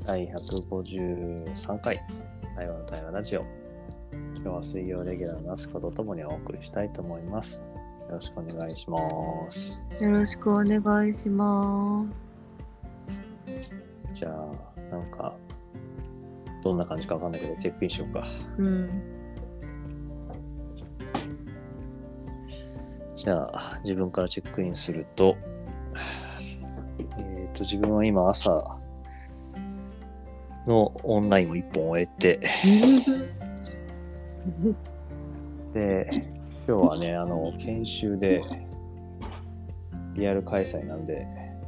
第153回台湾の台湾ラジオ。今日は水曜レギュラーの夏子とともにお送りしたいと思います。よろしくお願いします。 よろしくお願いします。 じゃあなんかどんな感じかわかんないけどチェックインしようか。じゃあ自分からチェックインすると、自分は今朝のオンラインを1本終えてで今日はね研修でリアル開催なんで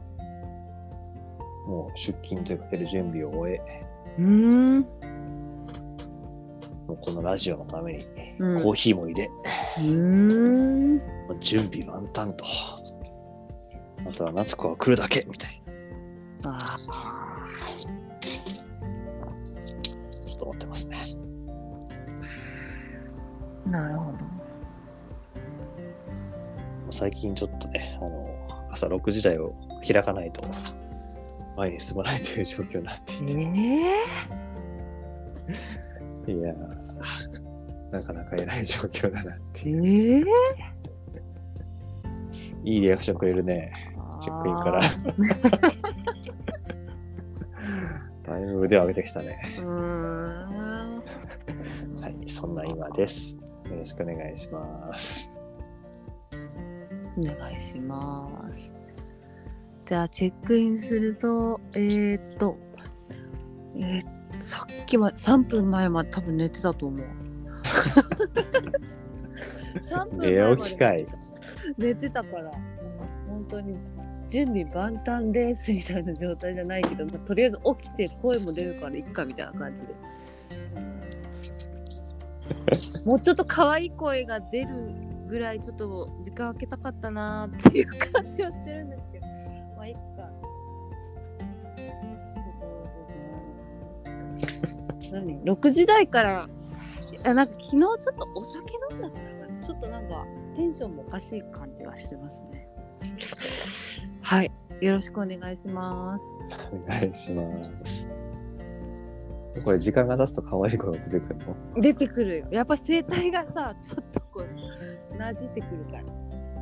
もう出勤というかける準備を終えもうこのラジオのためにコーヒーも入れ準備万端とあとは夏子が来るだけみたいなちょっと思ってますね。 なるほど。 最近ちょっとね朝6時台を開かないと前に進まないという状況になっていて、いやなかなか偉い状況だなっていう、いいリアクションくれるねチェックインからだいぶ腕を上げてきたね。はい、そんな今です。よろしくお願いします。 お願いします。じゃあチェックインするとさっき3分前まで多分寝てたと思う。3分前寝起きかい。 寝てたから本当に準備万端ですみたいな状態じゃないけど、とりあえず起きて声も出るからいっかみたいな感じでもうちょっと可愛い声が出るぐらいちょっと時間空けたかったなーっていう感じはしてるんですけど、まあいっか。6時台からなんか昨日ちょっとお酒飲んだからちょっとなんかテンションもおかしい感じがしてますね。はい、よろしくお願いします。 お願いします。これ時間が経つと可愛い声が出てくるの？ 出てくるよ。やっぱ声帯がさちょっとこうなじってくるから。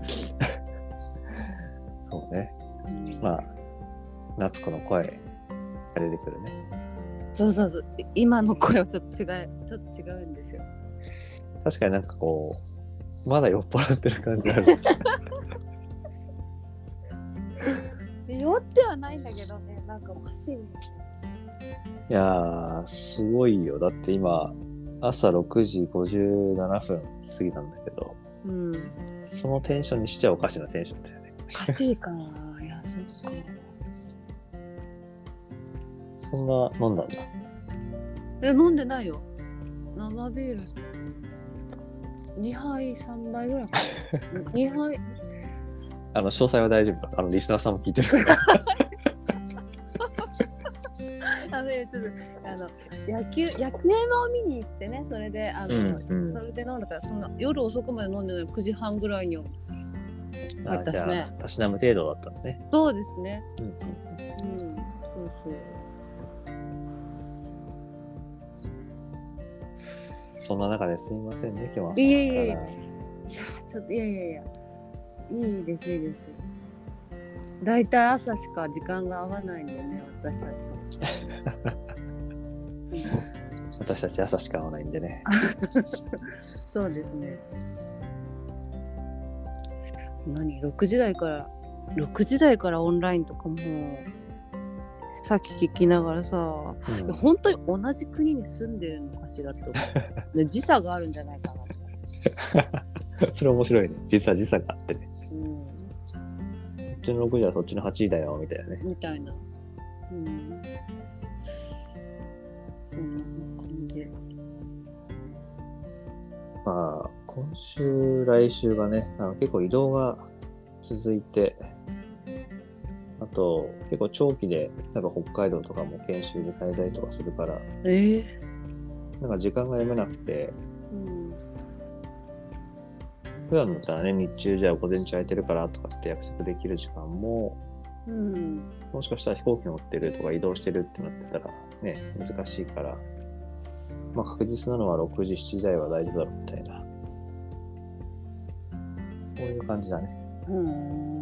そうね。まあ夏子の声が出てくるね。 そう今の声はちょっと違うんですよ。 確かになんかこうまだ酔っ払ってる感じある。 酔ってはないんだけどね、なんかおかしいね。 いやーすごいよ。だって今朝6時57分過ぎたんだけど、そのテンションにしちゃおかしなテンションだよね。 おかしいかな。いやそっか。 そんな飲んだんだ。 飲んでないよ。生ビール2杯3杯ぐらい2杯詳細は大丈夫だ。リスナーさんも聞いてるからちょっと野球を見に行ってね、それでそれで飲んだからそんな夜遅くまで飲んでない9時半ぐらいに入ったしね。 じゃあたしなむ程度だったのね。 そうですね。そうそんな中ですみませんね今日は。 いやちょっといいですだいたい朝しか時間が合わないんでね、私たち私たち朝しか会わないんでね。 そうですね。6時台からオンラインとかもさっき聞きながらさ、本当に同じ国に住んでるのかしらって思って時差があるんじゃないかなそれ面白いね。時差があってね、こっちの6時はそっちの8時だよみたいなね。 みたいな。そんな感じ。 まあ今週来週がね結構移動が続いて、あと結構長期でなんか北海道とかも研修で滞在とかするから、なんか時間が読めなくて、普段だったらね日中じゃあ午前中空いてるからとかって約束できる時間も、もしかしたら飛行機乗ってるとか移動してるってなってたらね、難しいから、まあ確実なのは6時、7時台は大丈夫だろうみたいな。そういう感じだね。 そっか。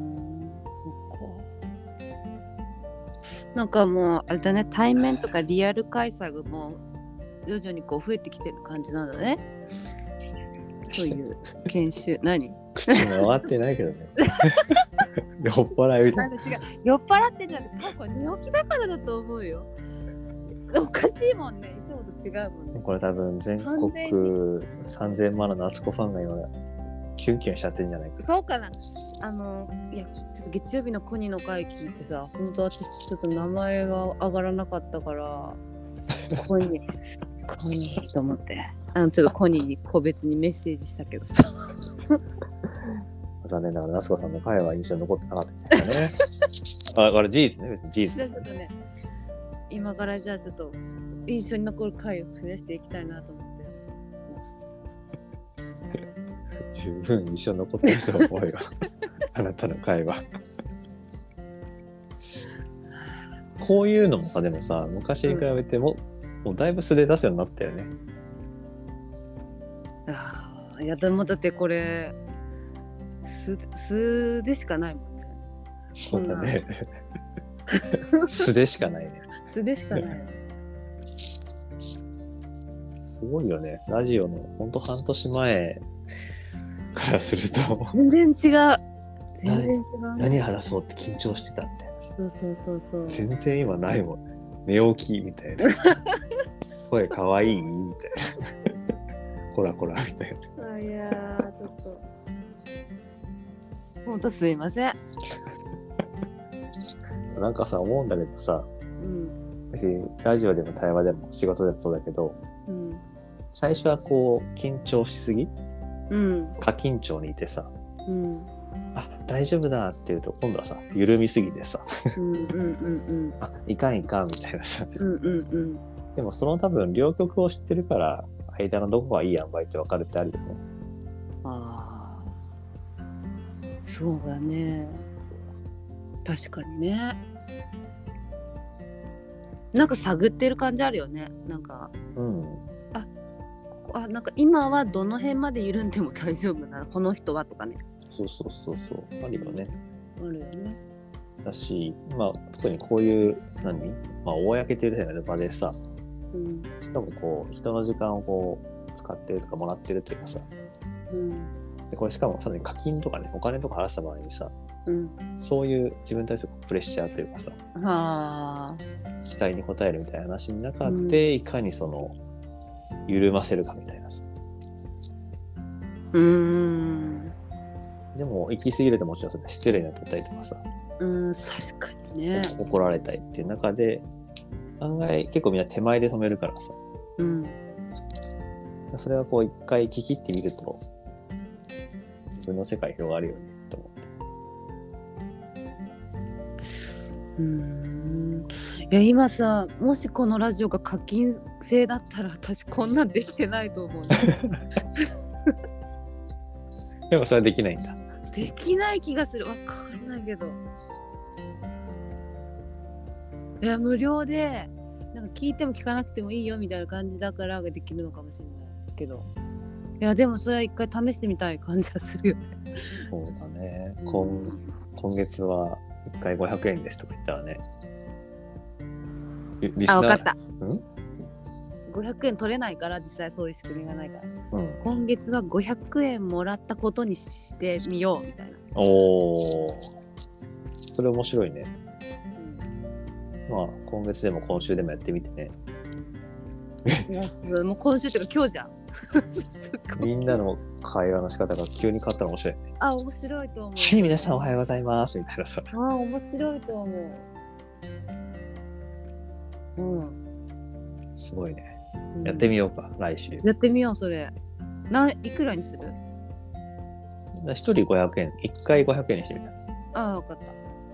なんかもうあれだね、対面とかリアル開催がもう徐々にこう増えてきてる感じなんだね。そういう研修何？ 口回ってないけどね。酔っ払いみたいな。 違う、酔っ払ってんじゃなくて、これ寝起きだからだと思うよ。おかしいもんね、いつもと違うもんね。 これ多分全国3000万の夏子ファンが今キュンキュンしちゃってるんじゃないか。 そうかな。いやちょっと月曜日のコニーの会聞いてさ、本当私ちょっと名前が上がらなかったからコニーと思って、ちょっとコニーに個別にメッセージしたけどさ。 残念ながら夏子さんの会は印象に残ってなかったんですよね。あれ事実ね、別に事実ですね。 今からじゃあちょっと印象に残る回を増やしていきたいなと思って十分印象に残ってると思うよ。あなたの会話。こういうのもさ、でもさ、昔に比べてもうだいぶ素で出すようになったよね。 いやでもだってこれ素でしかないもんね。 そうだね。素でしかないね。 素でしかない。 すごいよね。ラジオのほんと半年前からすると全然違う。全然違う。 何話そうって緊張してたみたいな。 そう。 全然今ないもんね。寝起きみたいな。声かわいいみたいな。こらこらみたいな。 いやーちょっとほんとすいません。 なんかさ、思うんだけどさ、別にラジオでも対話でも仕事でもそうだけど、最初はこう緊張しすぎ、過緊張にいてさ、あ、大丈夫だって言うと今度はさ、緩みすぎてさ、あ、いかんみたいなさ、でもその多分両極を知ってるから間のどこがいい塩梅って分かるってあるよね。 ああ、そうだね。確かにね。なんか探ってる感じあるよね。なんか、なんか今はどの辺まで緩んでも大丈夫なこの人はとかね。 そうあるよね。 あるよね。 だし、まあ特にこういう公っていう場でさ、しかもこう人の時間をこう使ってるとかもらってるというかさ、でこれしかもさらに課金とかね、お金とか払った場合にさ、そういう自分に対するプレッシャーというかさ、期待に応えるみたいな話の中で、いかにその緩ませるかみたいなさ。でも行き過ぎるともちろんそれ失礼になったりとかさ、 確かにね。 怒られたりっていう中で、案外結構みんな手前で止めるからさ、それはこう一回聞きってみると自分の世界広がるよねと思って。 いや今さ、もしこのラジオが課金制だったら私こんなんできてないと思う、ね。 でもそれはできないんだ。 できない気がする。わかんないけど。いや無料でなんか聞いても聞かなくてもいいよみたいな感じだからできるのかもしれないけど。いやでもそれは一回試してみたい感じがするよね。 そうだね。今月は1回500円ですとか言ったらね。 分かった。500円取れないから実際そういう仕組みがないから、今月は500円もらったことにしてみようみたいな。 それ面白いね。まあ今月でも今週でもやってみてね。 もう今週っていうか今日じゃん。 みんなの会話の仕方が急に変わったら面白いね。 面白いと思う。 皆さんおはようございますみたいなさ。 面白いと思う。 すごいね。やってみようか、来週。 やってみよう、それ。いくらにする ？1人500円、1回500円にしてみた。 分かった。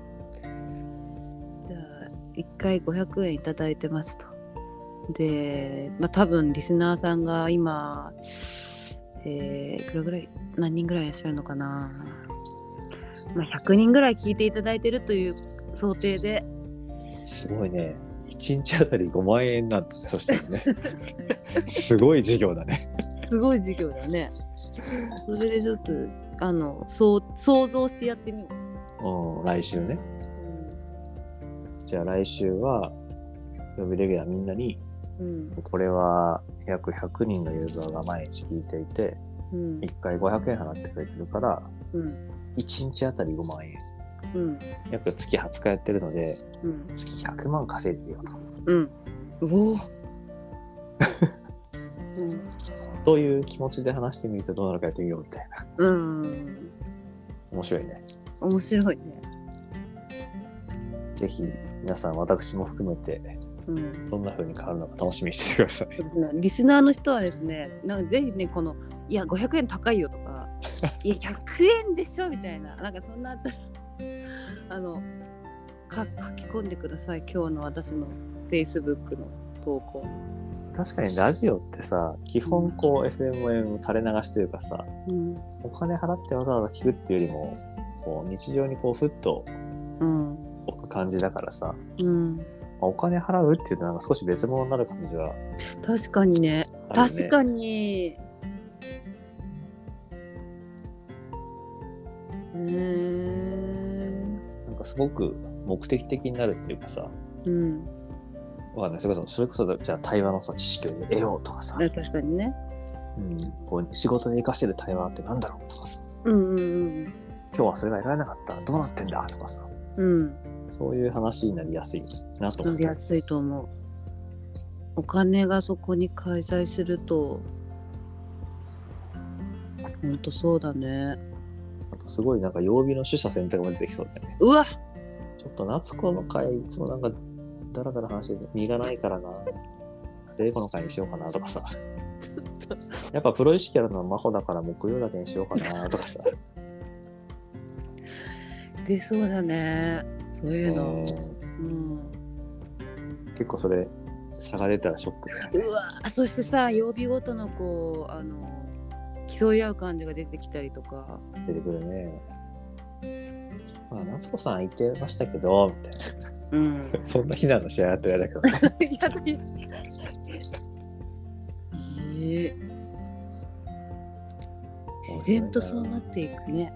じゃあ、1回500円いただいてますと。で、多分リスナーさんが今、いくらぐらい、何人ぐらいいらっしゃるのかな。100人ぐらい聞いていただいてるという想定で。 すごいね。1 1日あたり5万円なんだね、そしたらね。すごい授業だね。 すごい授業だね。それでちょっと想像してやってみよう。 来週ね。じゃあ来週は予備レギュラーみんなに、これは約100人のユーザーが毎日聞いていて、1回500円払ってくれてるから、1日あたり5万円。約月20日やってるので、月100万稼いでるよと。 おお。 そういう気持ちで話してみるとどうなるかやってみようみたいな。面白いね。 面白いね。 ぜひ皆さん、私も含めて、どんな風に変わるのか楽しみにしてください。リスナーの人はですね、なんかぜひね、いや500円高いよとか、いや100円でしょみたいな、なんかそんなあったら書き込んでください。今日の私の Facebook の投稿。 確かにラジオってさ、基本SMM を垂れ流しというかさ、お金払ってわざわざ聞くっていうよりも日常にふっと置く感じだからさ、お金払うっていうとなんか少し別物になる感じは、 確かにね。確かに。 なんかすごく目的的になるっていうかさ、わかんない。それこそじゃあ対話のさ知識を得ようとかさ、 確かにね。 仕事で活かしてる対話ってなんだろうとかさ、今日はそれが得られなかった、どうなってんだとかさ、そういう話になりやすいなと思って。 なりやすいと思う。お金がそこに介在すると、ほんとそうだね。 あとすごいなんか曜日の取捨選択も出てきそうだよね。 うわ、 ちょっと夏子の回いつもなんかだらだら話してて身がないからな。レイコの回にしようかなとかさ。やっぱプロ意識あるのは真帆だから木曜だけにしようかなとかさ。 出そうだね。そういうの。 結構それ差が出たらショックだよね。 うわ、そしてさ、曜日ごとの競い合う感じが出てきたりとか。 出てくるね。まあ夏子さん言ってましたけどみたいな。そんな非難の試合あったら嫌だけどね。 自然とそうなっていくね。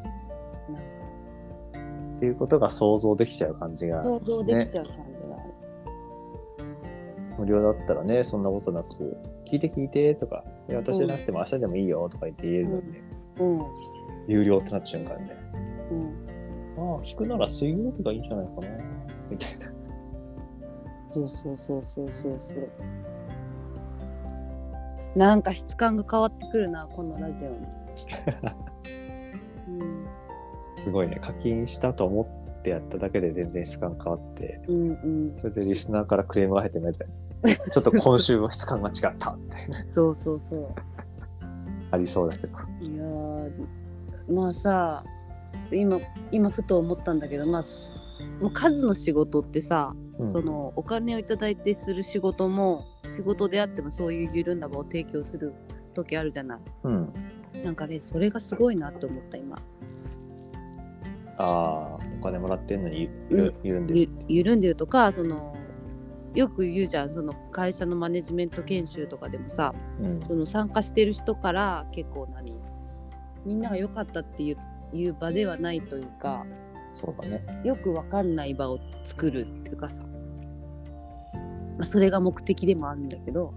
っていうことが想像できちゃう感じが、 想像できちゃう感じがある。 無料だったらね、そんなことなく聞いてとか、いや私じゃなくても明日でもいいよとか言って言えるので、有料ってなった瞬間で、ああ聞くなら水曜日がいいんじゃないかなみたいな。 そう。なんか質感が変わってくるな、このラジオに。 すごいね、課金したと思ってやっただけで全然質感変わって、それでリスナーからクレームが入ってみたいな。ちょっと今週は質感が違ったみたいな。 そう。 ありそうだけど。 いやまあさ、今ふと思ったんだけど、まあもう数の仕事ってさ、そのお金をいただいてする仕事も仕事であってもそういう緩んだ場を提供する時あるじゃない。なんかね、それがすごいなって思った今。 お金もらってんのに緩んでる。 緩んでるとか、よく言うじゃん、その会社のマネジメント研修とかでもさ、その参加してる人から結構みんなが良かったっていう場ではないというか、 そうだね。 よくわかんない場を作るっていうかさ、それが目的でもあるんだけど、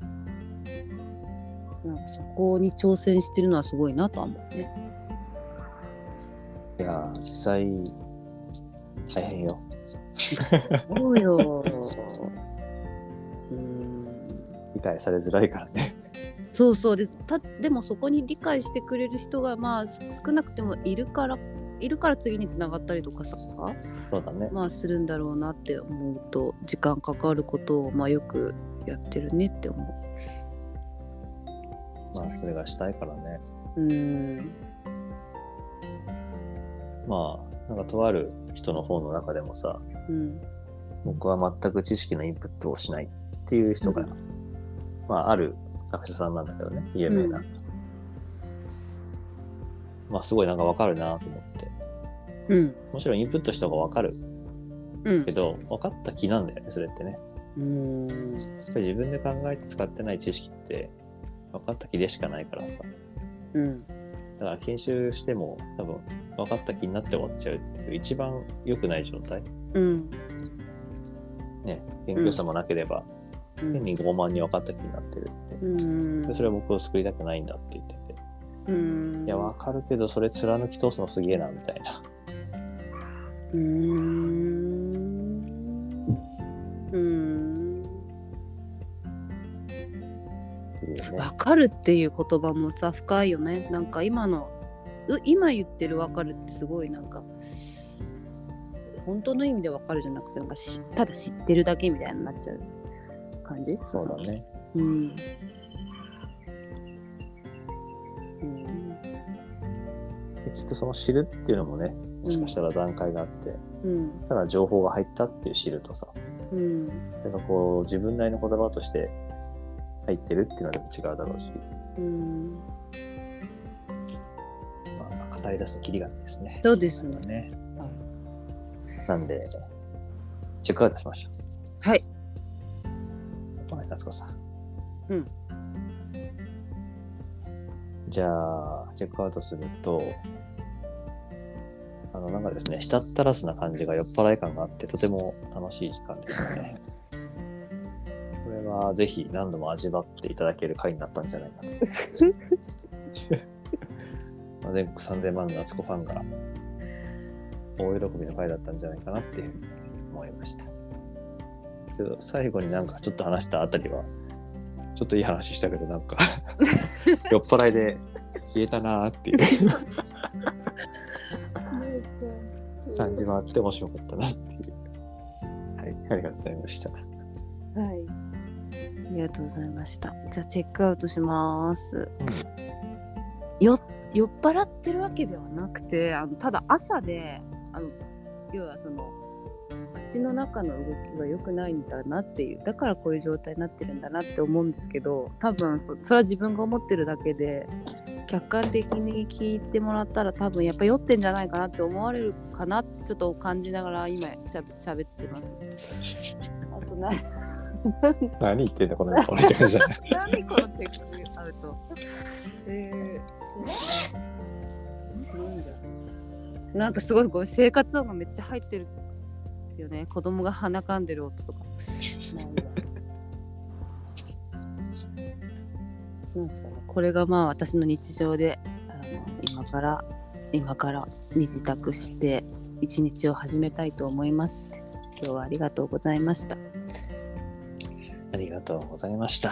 なんかそこに挑戦してるのはすごいなとは思うね。 いや実際大変よ。 そうよ。 理解されづらいからね。 そうでもそこに理解してくれる人がまあ少なくてもいるから次に繋がったりとかさ、 そうだね。 まあするんだろうなって思うと、時間かかることをよくやってるねって思う。 まあそれがしたいからね。まあなんかとある人の方の中でもさ、僕は全く知識のインプットをしないっていう人が、ある学者さんなんだけどね、有名な。すごいなんかわかるなと思って。もちろんインプットした方がわかるけど、分かった気なんだよね、それってね。 やっぱり自分で考えて使ってない知識って分かった気でしかないからさ。だから研修しても多分分かった気になって終わっちゃうっていう一番良くない状態。ね、謙虚さもなければ、変に傲慢に分かった気になってるって。でそれは僕を救いたくないんだって言ってて。いや、分かるけどそれ貫き通すのすげえなみたいな。 分かるっていう言葉もさ深いよね。なんか今言ってる分かるってすごいなんか本当の意味で分かるじゃなくてなんかただ知ってるだけみたいになっちゃう感じ。 そうだね。きっとその知るっていうのもね、もしかしたら段階があって、ただ情報が入ったっていう知るとさ、なんかこう自分なりの言葉として入ってるっていうのはでも違うだろうし、まあ語り出すとキリがないですね。 そうですね。 なんでチェックアウトしました。はい。夏子さん。じゃあチェックアウトすると、なんかですね、したったらすな感じが酔っ払い感があってとても楽しい時間ですね。これはぜひ何度も味わっていただける回になったんじゃないかと。全国3000万の夏子ファンが大喜びの回だったんじゃないかなっていうふうに思いました。けど最後になんかちょっと話したあたりはちょっといい話したけどなんか酔っ払いで消えたなーっていう感じもあって面白かったなっていう。はい、ありがとうございました。はい、 ありがとうございました。じゃあチェックアウトします。酔っ払ってるわけではなくて、ただ朝で要はその口の中の動きが良くないんだなっていう、だからこういう状態になってるんだなって思うんですけど、多分それは自分が思ってるだけで、客観的に聞いてもらったら多分やっぱ酔ってんじゃないかなって思われるかなってちょっと感じながら今喋ってます。あと何言ってんだこの人って感じじゃない。 何このチェックアウト。なんかすごいこう生活音がめっちゃ入ってるよね。子供が鼻かんでる音とか。これがまあ私の日常で今から身支度して一日を始めたいと思います。今日はありがとうございました。 ありがとうございました。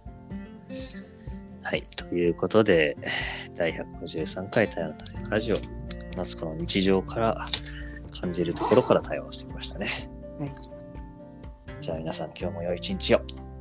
はい、ということで第153回太陽の太陽ラジオ、夏子の日常から感じるところから対応してきましたね。はい。じゃあ皆さん今日も良い一日を。